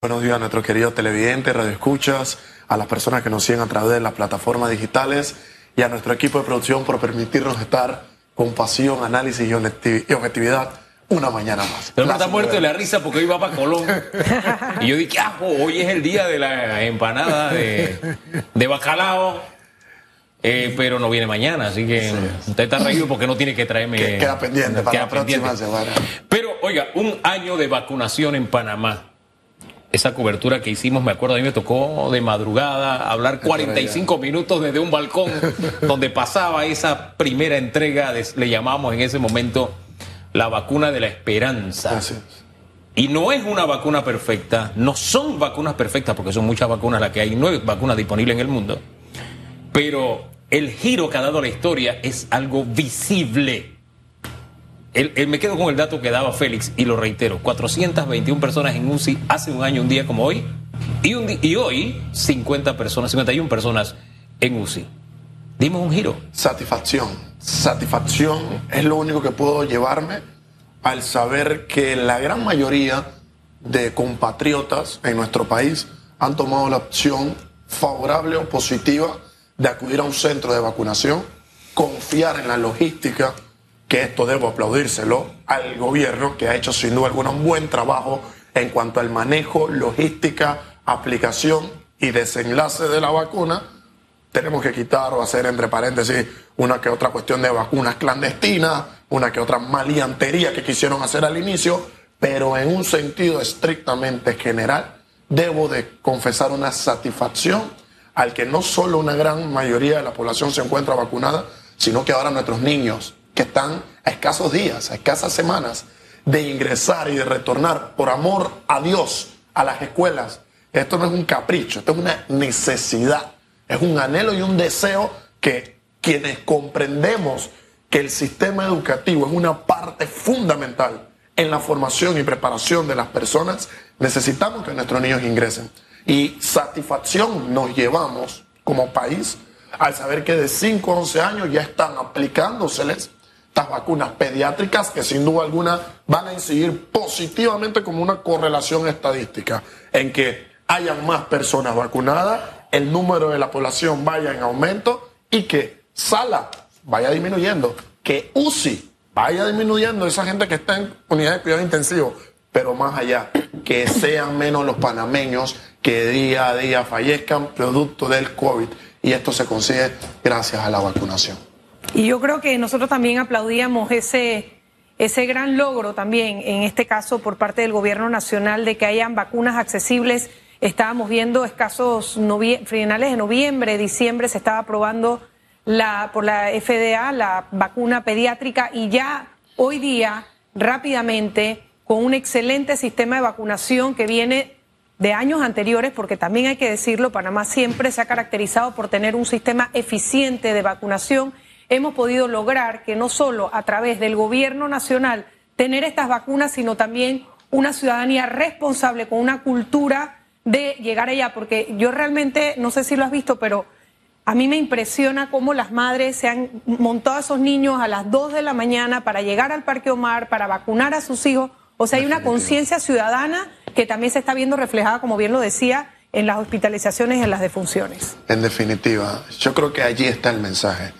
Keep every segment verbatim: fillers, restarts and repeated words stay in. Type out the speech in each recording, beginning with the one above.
Buenos días a nuestros queridos televidentes, radioescuchas, a las personas que nos siguen a través de las plataformas digitales y a nuestro equipo de producción por permitirnos estar con pasión, análisis y objetividad una mañana más. Pero está muerto de la risa porque hoy va para Colón. Y yo dije, ah, hoy es el día de la empanada de, de bacalao. Eh, pero no viene mañana, así que sí. Usted está reído porque no tiene que traerme. Que queda pendiente para queda la próxima pendiente. semana. Pero, oiga, un año de vacunación en Panamá. Esa cobertura que hicimos, me acuerdo, a mí me tocó de madrugada hablar cuarenta y cinco minutos desde un balcón donde pasaba esa primera entrega, de, le llamamos en ese momento la vacuna de la esperanza. Gracias. Y no es una vacuna perfecta, no son vacunas perfectas porque son muchas vacunas las que hay, no hay vacunas disponibles en el mundo, pero el giro que ha dado la historia es algo visible. El, el, me quedo con el dato que daba Félix y lo reitero, cuatrocientas veintiuna personas en U C I hace un año, un día como hoy, y, un di y hoy cincuenta personas, cincuenta y una personas en U C I. Dimos un giro. Satisfacción. Satisfacción es lo único que puedo llevarme al saber que la gran mayoría de compatriotas en nuestro país han tomado la opción favorable o positiva de acudir a un centro de vacunación, confiar en la logística, que esto debo aplaudírselo al gobierno, que ha hecho sin duda alguna un buen trabajo en cuanto al manejo, logística, aplicación y desenlace de la vacuna. Tenemos que quitar o hacer entre paréntesis una que otra cuestión de vacunas clandestinas, una que otra maleantería que quisieron hacer al inicio, pero en un sentido estrictamente general, debo de confesar una satisfacción al que no solo una gran mayoría de la población se encuentra vacunada, sino que ahora nuestros niños, que están a escasos días, a escasas semanas de ingresar y de retornar por amor a Dios a las escuelas. Esto no es un capricho, esto es una necesidad, es un anhelo y un deseo que quienes comprendemos que el sistema educativo es una parte fundamental en la formación y preparación de las personas, necesitamos que nuestros niños ingresen. Y satisfacción nos llevamos como país al saber que de cinco a once años ya están aplicándoseles estas vacunas pediátricas que sin duda alguna van a incidir positivamente como una correlación estadística en que hayan más personas vacunadas, el número de la población vaya en aumento y que SALA vaya disminuyendo, que U C I vaya disminuyendo, esa gente que está en unidades de cuidado intensivo, pero más allá, que sean menos los panameños que día a día fallezcan producto del COVID. Y esto se consigue gracias a la vacunación. Y yo creo que nosotros también aplaudíamos ese, ese gran logro también, en este caso por parte del gobierno nacional, de que hayan vacunas accesibles. Estábamos viendo escasos finales de noviembre, diciembre, se estaba aprobando la, por la F D A la vacuna pediátrica y ya hoy día, rápidamente, con un excelente sistema de vacunación que viene de años anteriores, porque también hay que decirlo, Panamá siempre se ha caracterizado por tener un sistema eficiente de vacunación. Hemos podido lograr que no solo a través del gobierno nacional tener estas vacunas, sino también una ciudadanía responsable con una cultura de llegar allá, porque yo realmente, no sé si lo has visto, pero a mí me impresiona cómo las madres se han montado a esos niños a las dos de la mañana para llegar al Parque Omar, para vacunar a sus hijos. O sea, hay una conciencia ciudadana que también se está viendo reflejada, como bien lo decía, en las hospitalizaciones y en las defunciones. En definitiva, yo creo que allí está el mensaje.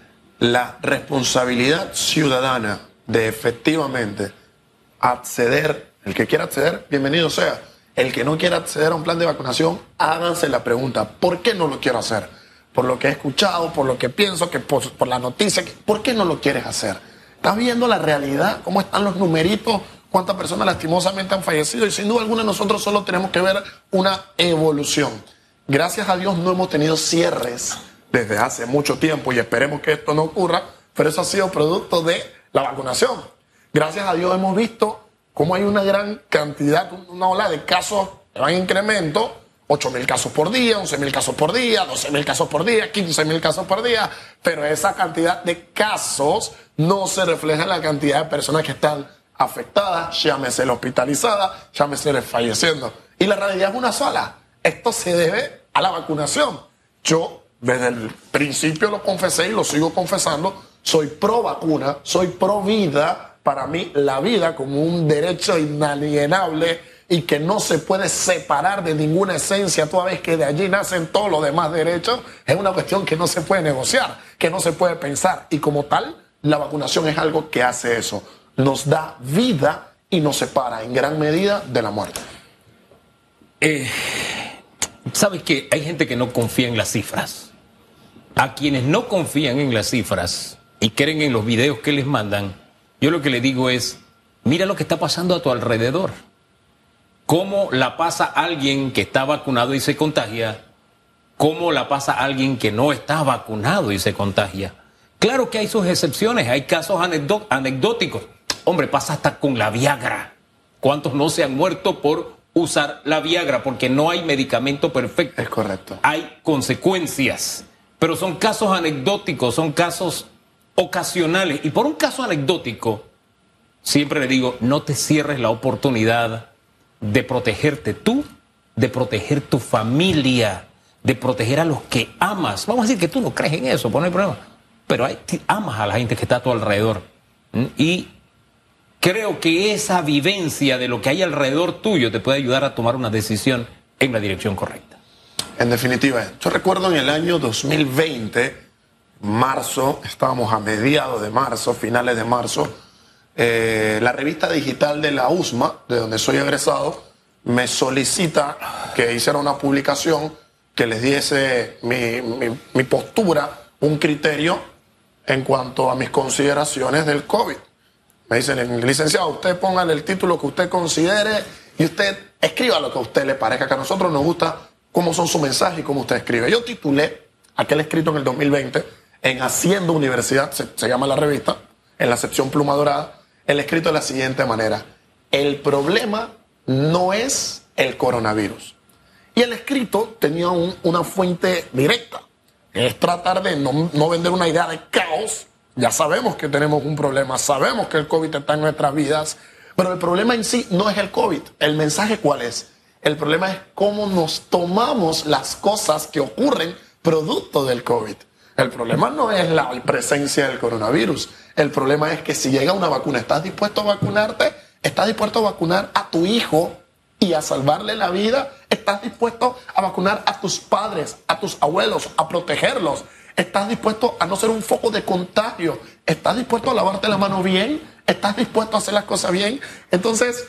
La responsabilidad ciudadana de efectivamente acceder, el que quiera acceder, bienvenido sea. El que no quiera acceder a un plan de vacunación, háganse la pregunta, ¿por qué no lo quiero hacer? Por lo que he escuchado, por lo que pienso, que por, por la noticia, ¿por qué no lo quieres hacer? ¿Estás viendo la realidad? ¿Cómo están los numeritos? ¿Cuántas personas lastimosamente han fallecido? Y sin duda alguna nosotros solo tenemos que ver una evolución. Gracias a Dios no hemos tenido cierres desde hace mucho tiempo y esperemos que esto no ocurra, pero eso ha sido producto de la vacunación. Gracias a Dios hemos visto cómo hay una gran cantidad, una ola de casos que van en incremento, ocho mil casos por día, once mil casos por día, doce mil casos por día, quince mil casos por día, pero esa cantidad de casos no se refleja en la cantidad de personas que están afectadas, llámese la hospitalizada, llámese falleciendo. Y la realidad es una sola. Esto se debe a la vacunación. Yo, desde el principio lo confesé y lo sigo confesando, soy pro vacuna, soy pro vida. Para mí, la vida como un derecho inalienable y que no se puede separar de ninguna esencia, toda vez que de allí nacen todos los demás derechos, es una cuestión que no se puede negociar, que no se puede pensar. Y como tal, la vacunación es algo que hace eso. Nos da vida y nos separa en gran medida de la muerte. Eh, ¿Sabes qué? Hay gente que no confía en las cifras. A quienes no confían en las cifras y creen en los videos que les mandan, yo lo que le digo es, mira lo que está pasando a tu alrededor. Cómo la pasa alguien que está vacunado y se contagia, cómo la pasa alguien que no está vacunado y se contagia. Claro que hay sus excepciones, hay casos anecdó- anecdóticos. Hombre, pasa hasta con la Viagra. ¿Cuántos no se han muerto por usar la Viagra? Porque no hay medicamento perfecto. Es correcto. Hay consecuencias, pero son casos anecdóticos, son casos ocasionales. Y por un caso anecdótico, siempre le digo, no te cierres la oportunidad de protegerte tú, de proteger tu familia, de proteger a los que amas. Vamos a decir que tú no crees en eso, pues no hay problema. Pero hay, amas a la gente que está a tu alrededor. ¿Mm? Y creo que esa vivencia de lo que hay alrededor tuyo te puede ayudar a tomar una decisión en la dirección correcta. En definitiva, yo recuerdo en el año dos mil veinte, marzo, estábamos a mediados de marzo, finales de marzo, eh, la revista digital de la U S M A, de donde soy egresado, me solicita que hiciera una publicación que les diese mi, mi, mi postura, un criterio en cuanto a mis consideraciones del COVID. Me dicen, licenciado, usted póngale el título que usted considere y usted escriba lo que a usted le parezca, que a nosotros nos gusta cómo son sus mensajes y cómo usted escribe. Yo titulé aquel escrito en el dos mil veinte en Haciendo Universidad, se, se llama la revista, en la sección Pluma Dorada, el escrito de la siguiente manera: el problema no es el coronavirus. Y el escrito tenía un, una fuente directa, que es tratar de no, no vender una idea de caos. Ya sabemos que tenemos un problema, sabemos que el COVID está en nuestras vidas, pero el problema en sí no es el COVID. ¿El mensaje cuál es? El problema es cómo nos tomamos las cosas que ocurren producto del COVID. El problema no es la presencia del coronavirus. El problema es que si llega una vacuna, ¿estás dispuesto a vacunarte? ¿Estás dispuesto a vacunar a tu hijo y a salvarle la vida? ¿Estás dispuesto a vacunar a tus padres, a tus abuelos, a protegerlos? ¿Estás dispuesto a no ser un foco de contagio? ¿Estás dispuesto a lavarte la mano bien? ¿Estás dispuesto a hacer las cosas bien? Entonces,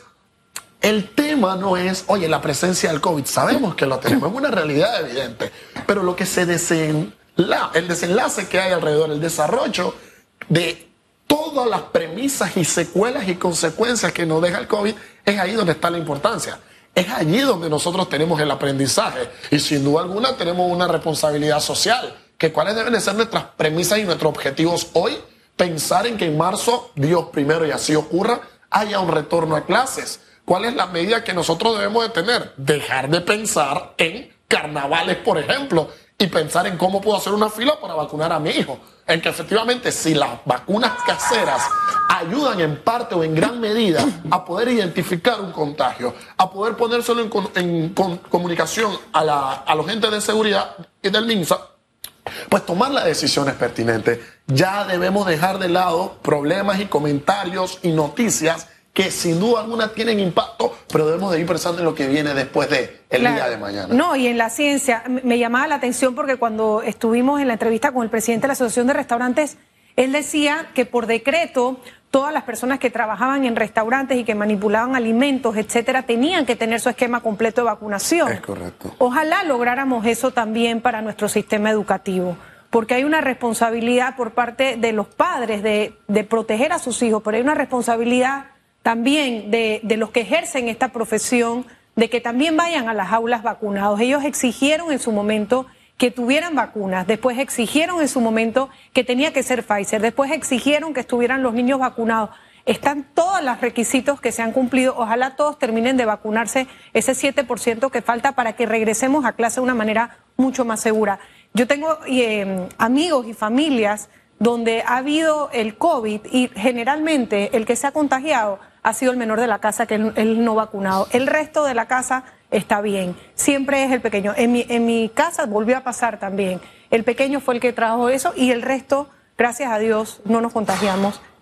el tema no es, oye, la presencia del COVID. Sabemos que lo tenemos, es una realidad evidente. Pero lo que se desenla, el desenlace que hay alrededor, el desarrollo de todas las premisas y secuelas y consecuencias que nos deja el COVID, es ahí donde está la importancia. Es allí donde nosotros tenemos el aprendizaje. Y sin duda alguna tenemos una responsabilidad social. Que cuáles deben de ser nuestras premisas y nuestros objetivos hoy. Pensar en que en marzo, Dios primero y así ocurra, haya un retorno a clases. ¿Cuál es la medida que nosotros debemos de tener? Dejar de pensar en carnavales, por ejemplo, y pensar en cómo puedo hacer una fila para vacunar a mi hijo. En que efectivamente, si las vacunas caseras ayudan en parte o en gran medida a poder identificar un contagio, a poder ponérselo en, en, en comunicación a, la, a los entes de seguridad y del MINSA, pues tomar las decisiones pertinentes. Ya debemos dejar de lado problemas y comentarios y noticias que sin duda alguna tienen impacto, pero debemos de ir pensando en lo que viene después de el claro. día de mañana. No, y en la ciencia me llamaba la atención porque cuando estuvimos en la entrevista con el presidente de la Asociación de Restaurantes, él decía que por decreto todas las personas que trabajaban en restaurantes y que manipulaban alimentos, etcétera, tenían que tener su esquema completo de vacunación. Es correcto. Ojalá lográramos eso también para nuestro sistema educativo, porque hay una responsabilidad por parte de los padres de, de proteger a sus hijos, pero hay una responsabilidad también de, de los que ejercen esta profesión, de que también vayan a las aulas vacunados. Ellos exigieron en su momento que tuvieran vacunas, después exigieron en su momento que tenía que ser Pfizer, después exigieron que estuvieran los niños vacunados. Están todos los requisitos que se han cumplido, ojalá todos terminen de vacunarse, ese siete por ciento que falta para que regresemos a clase de una manera mucho más segura. Yo tengo eh, amigos y familias donde ha habido el COVID y generalmente el que se ha contagiado ha sido el menor de la casa, que es el no vacunado. El resto de la casa está bien. Siempre es el pequeño. En mi, en mi casa volvió a pasar también. El pequeño fue el que trajo eso y el resto, gracias a Dios, no nos contagiamos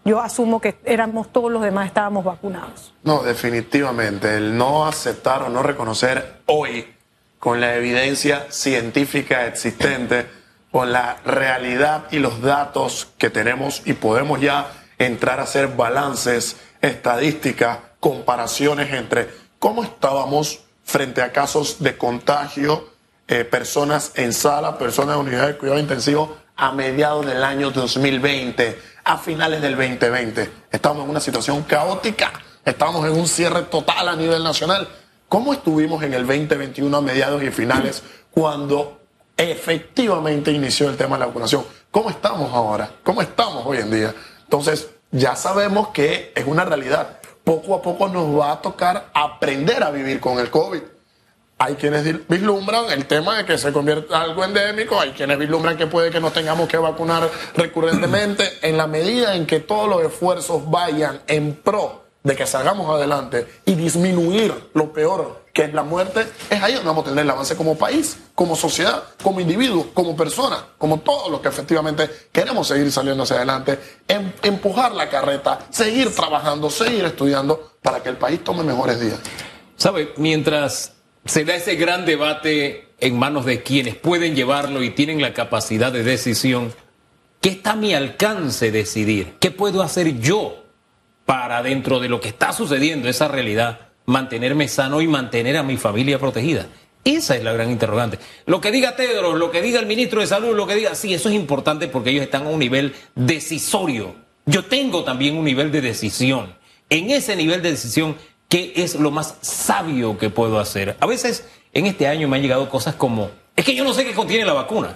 yo asumo que éramos todos los demás, estábamos vacunados. No, definitivamente. El no aceptar o no reconocer hoy, con la evidencia científica existente, con la realidad y los datos que tenemos, y podemos ya entrar a hacer balances, estadísticas, comparaciones entre cómo estábamos frente a casos de contagio, eh, personas en sala, personas en unidad de cuidado intensivo a mediados del año dos mil veinte, a finales del veinte veinte. Estamos en una situación caótica, estamos en un cierre total a nivel nacional. ¿Cómo estuvimos en el veinte veintiuno a mediados y finales cuando efectivamente inició el tema de la vacunación? ¿Cómo estamos ahora? ¿Cómo estamos hoy en día? Entonces, ya sabemos que es una realidad. Poco a poco nos va a tocar aprender a vivir con el COVID. Hay quienes vislumbran el tema de que se convierta en algo endémico, hay quienes vislumbran que puede que nos tengamos que vacunar recurrentemente. En la medida en que todos los esfuerzos vayan en pro de que salgamos adelante y disminuir lo peor, que es la muerte, es ahí donde vamos a tener el avance como país, como sociedad, como individuo, como persona, como todos los que efectivamente queremos seguir saliendo hacia adelante, em, empujar la carreta, seguir trabajando, seguir estudiando para que el país tome mejores días. ¿Sabe? Mientras se da ese gran debate en manos de quienes pueden llevarlo y tienen la capacidad de decisión, ¿qué está a mi alcance decidir? ¿Qué puedo hacer yo para, dentro de lo que está sucediendo, esa realidad, mantenerme sano y mantener a mi familia protegida? Esa es la gran interrogante. Lo que diga Tedros, lo que diga el ministro de Salud, lo que diga, sí, eso es importante porque ellos están a un nivel decisorio. Yo tengo también un nivel de decisión. En ese nivel de decisión, ¿qué es lo más sabio que puedo hacer? A veces, en este año me han llegado cosas como, es que yo no sé qué contiene la vacuna.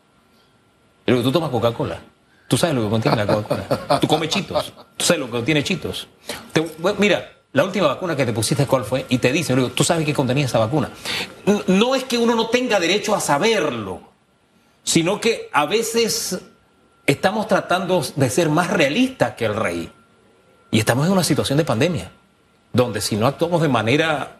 Pero tú tomas Coca-Cola. Tú sabes lo que contiene la Coca-Cola. Tú comes Chitos. Tú sabes lo que contiene Chitos. Te, bueno, mira, la última vacuna que te pusiste, ¿cuál fue? Y te dicen, digo, tú sabes qué contenía esa vacuna. No es que uno no tenga derecho a saberlo, sino que a veces estamos tratando de ser más realistas que el rey. Y estamos en una situación de pandemia, donde si no actuamos de manera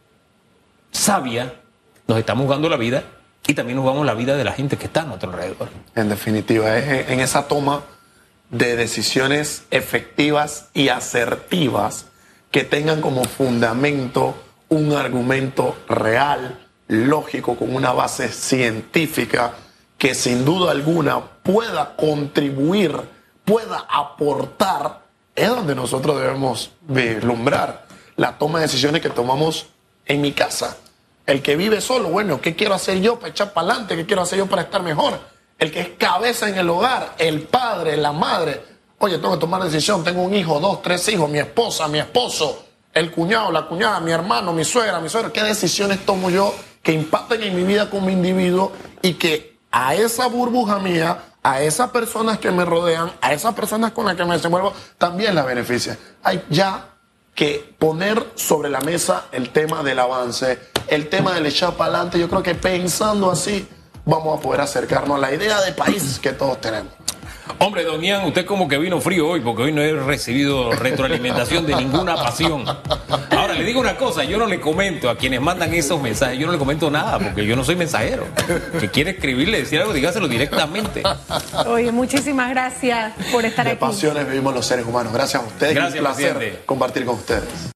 sabia, nos estamos jugando la vida y también nos jugamos la vida de la gente que está a nuestro alrededor. En definitiva, es en esa toma de decisiones efectivas y asertivas que tengan como fundamento un argumento real, lógico, con una base científica que sin duda alguna pueda contribuir, pueda aportar, es donde nosotros debemos vislumbrar la toma de decisiones que tomamos en mi casa. El que vive solo, bueno, ¿qué quiero hacer yo para echar para adelante? ¿Qué quiero hacer yo para estar mejor? El que es cabeza en el hogar, el padre, la madre. Oye, tengo que tomar decisión, tengo un hijo, dos, tres hijos, mi esposa, mi esposo, el cuñado, la cuñada, mi hermano, mi suegra, mi suegra. ¿Qué decisiones tomo yo que impacten en mi vida como individuo y que a esa burbuja mía, a esas personas que me rodean, a esas personas con las que me desenvuelvo, también la benefician? Hay ya que poner sobre la mesa el tema del avance, el tema del echar para adelante. Yo creo que pensando así vamos a poder acercarnos a la idea de país que todos tenemos. Hombre, don Ian, usted como que vino frío hoy, porque hoy no he recibido retroalimentación de ninguna pasión. Ahora, le digo una cosa, yo no le comento a quienes mandan esos mensajes, yo no le comento nada, porque yo no soy mensajero. Que quiere escribirle, decir algo, dígaselo directamente. Oye, muchísimas gracias por estar de aquí. Pasiones vivimos los seres humanos. Gracias a ustedes. Gracias, un placer presidente. compartir con ustedes.